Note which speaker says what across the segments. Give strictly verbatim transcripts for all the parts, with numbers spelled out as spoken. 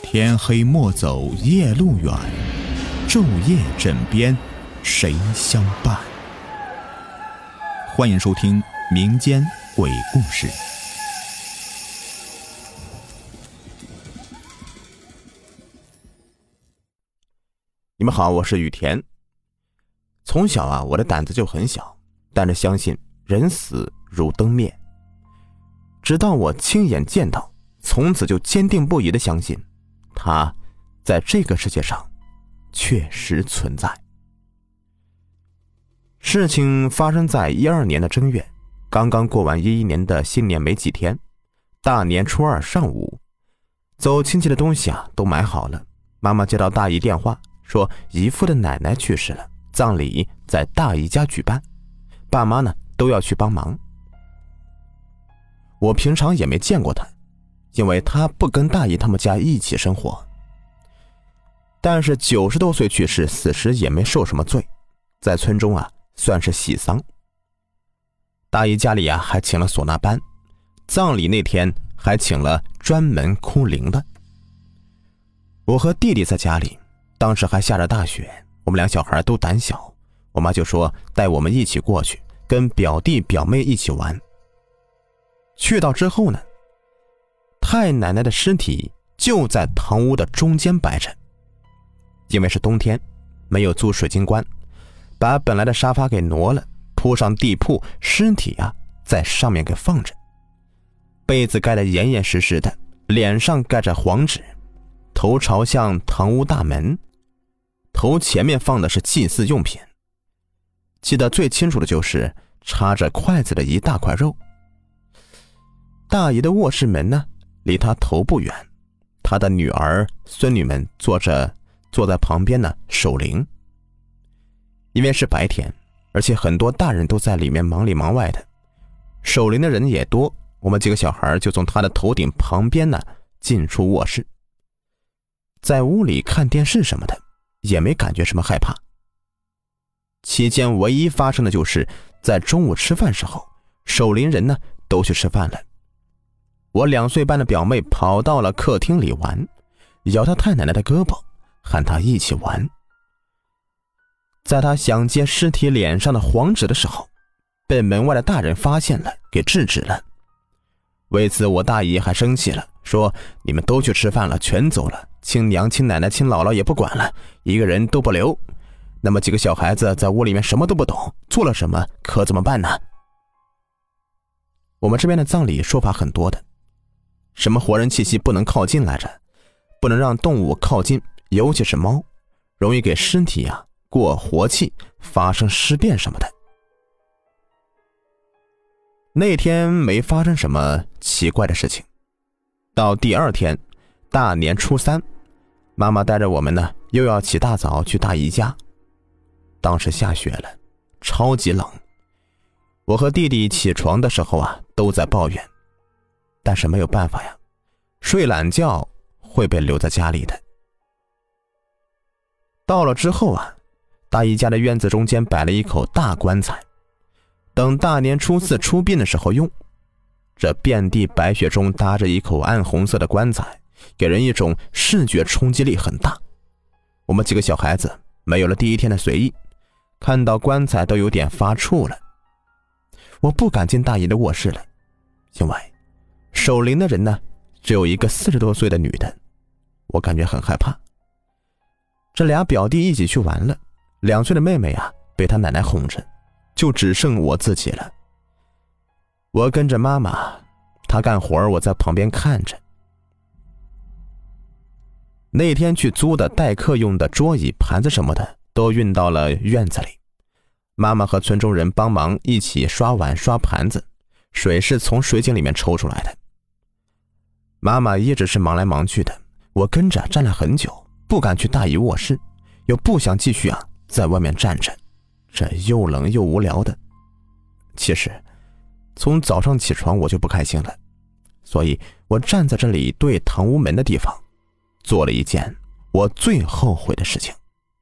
Speaker 1: 天黑莫走夜路远，昼夜枕边谁相伴？欢迎收听民间鬼故事。
Speaker 2: 你们好，我是雨田。从小啊，我的胆子就很小，但是相信人死如灯灭。直到我亲眼见到，从此就坚定不移地相信，它在这个世界上确实存在。事情发生在一二年的正月，刚刚过完一一年的新年没几天，大年初二上午，走亲戚的东西啊都买好了。妈妈接到大姨电话，说姨父的奶奶去世了，葬礼在大姨家举办，爸妈呢都要去帮忙。我平常也没见过他，因为他不跟大姨他们家一起生活。但是九十多岁去世，死时也没受什么罪，在村中啊算是喜丧。大姨家里啊还请了唢呐班，葬礼那天还请了专门哭灵的。我和弟弟在家里，当时还下着大雪，我们俩小孩都胆小，我妈就说带我们一起过去，跟表弟表妹一起玩。去到之后呢，太奶奶的尸体就在堂屋的中间摆着。因为是冬天，没有租水晶棺，把本来的沙发给挪了，铺上地铺，尸体啊在上面给放着，被子盖得严严实实的，脸上盖着黄纸，头朝向堂屋大门，头前面放的是祭祀用品。记得最清楚的就是插着筷子的一大块肉。大姨的卧室门呢，离她头不远，她的女儿孙女们坐着坐在旁边呢守灵。因为是白天，而且很多大人都在里面忙里忙外的，守灵的人也多，我们几个小孩就从她的头顶旁边呢进出卧室，在屋里看电视什么的，也没感觉什么害怕。期间唯一发生的就是在中午吃饭时候，守灵人呢都去吃饭了。我两岁半的表妹跑到了客厅里玩，摇她太奶奶的胳膊，喊她一起玩。在她想接尸体脸上的黄纸的时候，被门外的大人发现了，给制止了。为此我大姨还生气了，说你们都去吃饭了，全走了，亲娘亲奶奶亲姥姥也不管了，一个人都不留。那么几个小孩子在屋里面什么都不懂，做了什么可怎么办呢？我们这边的葬礼说法很多的，什么活人气息不能靠近来着，不能让动物靠近，尤其是猫，容易给尸体啊过活气，发生尸变什么的。那天没发生什么奇怪的事情。到第二天大年初三，妈妈带着我们呢又要起大早去大姨家。当时下雪了，超级冷，我和弟弟起床的时候啊都在抱怨，但是没有办法呀，睡懒觉会被留在家里的。到了之后啊，大姨家的院子中间摆了一口大棺材，等大年初四出殡的时候用。这遍地白雪中搭着一口暗红色的棺材，给人一种视觉冲击力很大。我们几个小孩子没有了第一天的随意，看到棺材都有点发怵了。我不敢进大姨的卧室了，因为守灵的人呢只有一个四十多岁的女的，我感觉很害怕。这俩表弟一起去玩了，两岁的妹妹啊被她奶奶哄着，就只剩我自己了。我跟着妈妈，她干活我在旁边看着。那天去租的待客用的桌椅盘子什么的都运到了院子里，妈妈和村中人帮忙一起刷碗刷盘子，水是从水井里面抽出来的。妈妈一直是忙来忙去的，我跟着站了很久，不敢去大姨卧室，又不想继续啊在外面站着，这又冷又无聊的。其实从早上起床我就不开心了，所以我站在这里对堂屋门的地方做了一件我最后悔的事情。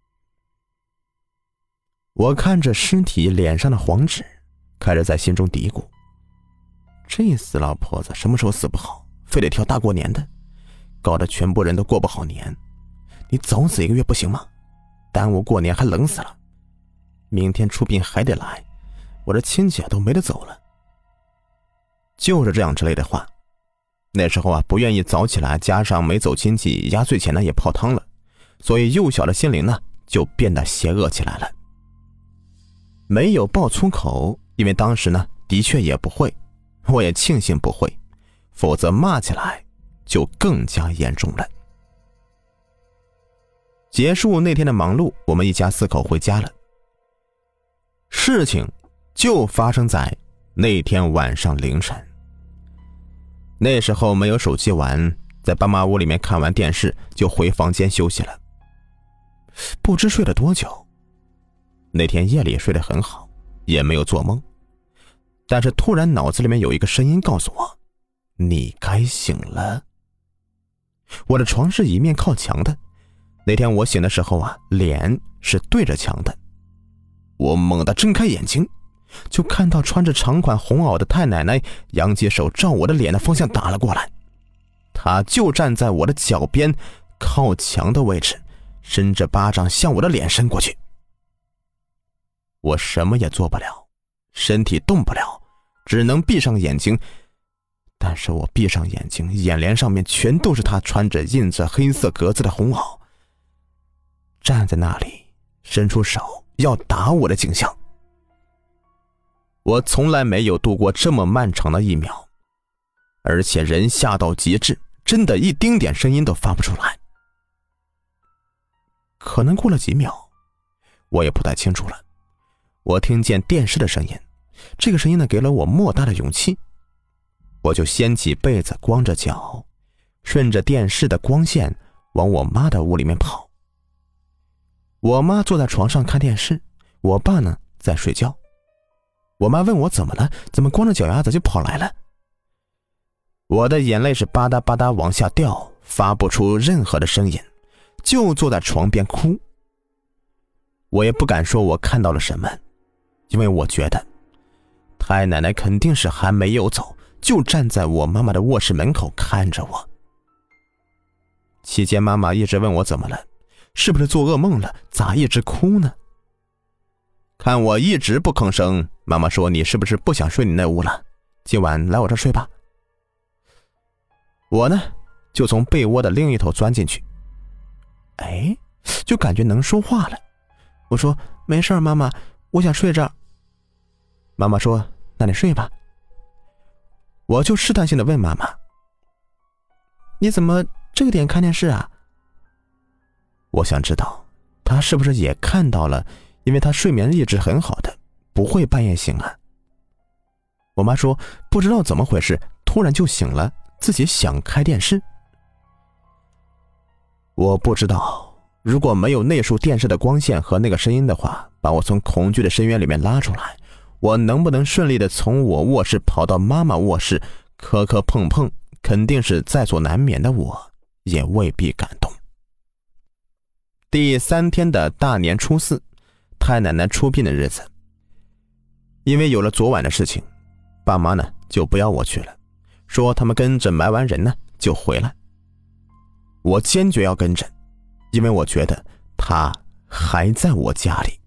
Speaker 2: 我看着尸体脸上的黄纸，开始在心中嘀咕，这死老婆子什么时候死不好，非得挑大过年的， 搞得全部人都过不好年。你早死一个月不行吗？耽误过年还冷死了。明天出殡还得来，我这亲戚都没得走了。就是这样之类的话。那时候啊，不愿意早起来，加上没走亲戚，压岁钱呢也泡汤了，所以幼小的心灵呢就变得邪恶起来了。没有爆粗口，因为当时呢的确也不会，我也庆幸不会，否则骂起来就更加严重了。结束那天的忙碌，我们一家四口回家了。事情就发生在那天晚上凌晨。那时候没有手机玩，在爸妈屋里面看完电视就回房间休息了。不知睡了多久，那天夜里睡得很好，也没有做梦，但是突然脑子里面有一个声音告诉我，你该醒了。我的床是一面靠墙的，那天我醒的时候啊，脸是对着墙的。我猛地睁开眼睛，就看到穿着长款红袄的太奶奶扬起手照我的脸的方向打了过来。她就站在我的脚边靠墙的位置，伸着巴掌向我的脸伸过去。我什么也做不了，身体动不了，只能闭上眼睛。但是我闭上眼睛，眼帘上面全都是她穿着印着黑色格子的红袄，站在那里伸出手要打我的景象。我从来没有度过这么漫长的一秒，而且人吓到极致，真的一丁点声音都发不出来。可能过了几秒，我也不太清楚了。我听见电视的声音，这个声音呢给了我莫大的勇气。我就掀起被子，光着脚，顺着电视的光线往我妈的屋里面跑。我妈坐在床上看电视，我爸呢在睡觉。我妈问我怎么了，怎么光着脚丫子就跑来了。我的眼泪是吧嗒吧嗒往下掉，发不出任何的声音，就坐在床边哭。我也不敢说我看到了什么，因为我觉得太奶奶肯定是还没有走，就站在我妈妈的卧室门口看着我。期间妈妈一直问我怎么了，是不是做噩梦了，咋一直哭呢？看我一直不吭声，妈妈说，你是不是不想睡你那屋了？今晚来我这睡吧。我呢就从被窝的另一头钻进去，哎，就感觉能说话了。我说没事妈妈，我想睡这儿。妈妈说那你睡吧。我就试探性的问妈妈，你怎么这个点看电视啊？我想知道她是不是也看到了，因为她睡眠一直很好的，不会半夜醒啊。我妈说不知道怎么回事，突然就醒了，自己想开电视。我不知道如果没有那束电视的光线和那个声音的话，把我从恐惧的深渊里面拉出来，我能不能顺利的从我卧室跑到妈妈卧室，磕磕碰碰，肯定是在所难免的，我也未必敢动。第三天的大年初四，太奶奶出殡的日子，因为有了昨晚的事情，爸妈呢就不要我去了，说他们跟着埋完人呢就回来。我坚决要跟着，因为我觉得他还在我家里。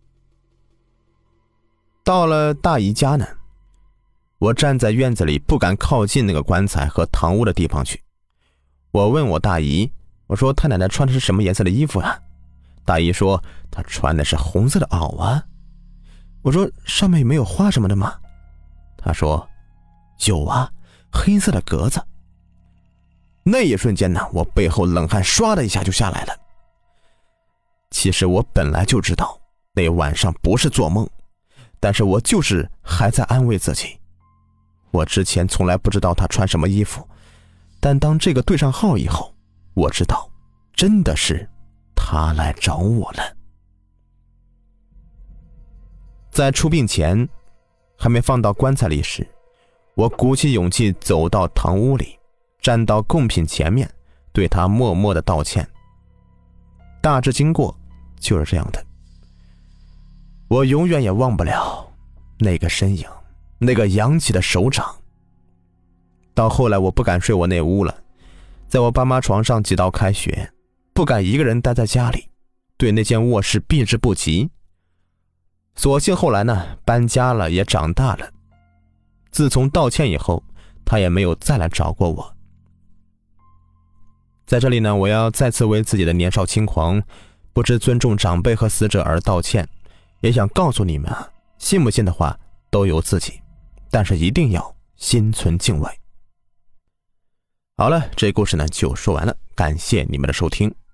Speaker 2: 到了大姨家呢，我站在院子里不敢靠近那个棺材和堂屋的地方去。我问我大姨，我说太奶奶穿的是什么颜色的衣服啊？大姨说她穿的是红色的袄啊。我说上面没有花什么的吗？她说有啊，黑色的格子。那一瞬间呢，我背后冷汗唰的一下就下来了。其实我本来就知道那晚上不是做梦，但是我就是还在安慰自己。我之前从来不知道他穿什么衣服，但当这个对上号以后，我知道真的是他来找我了。在出殡前还没放到棺材里时，我鼓起勇气走到堂屋里，站到贡品前面，对他默默的道歉。大致经过就是这样的。我永远也忘不了那个身影，那个扬起的手掌。到后来我不敢睡我那屋了， 在我爸妈床上挤到开学，不敢一个人待在家里，对那间卧室避之不及。所幸后来呢，搬家了，也长大了。自从道歉以后，他也没有再来找过我。在这里呢，我要再次为自己的年少轻狂，不知尊重长辈和死者而道歉，也想告诉你们啊，信不信的话都由自己，但是一定要心存敬畏。好了，这故事呢就说完了，感谢你们的收听。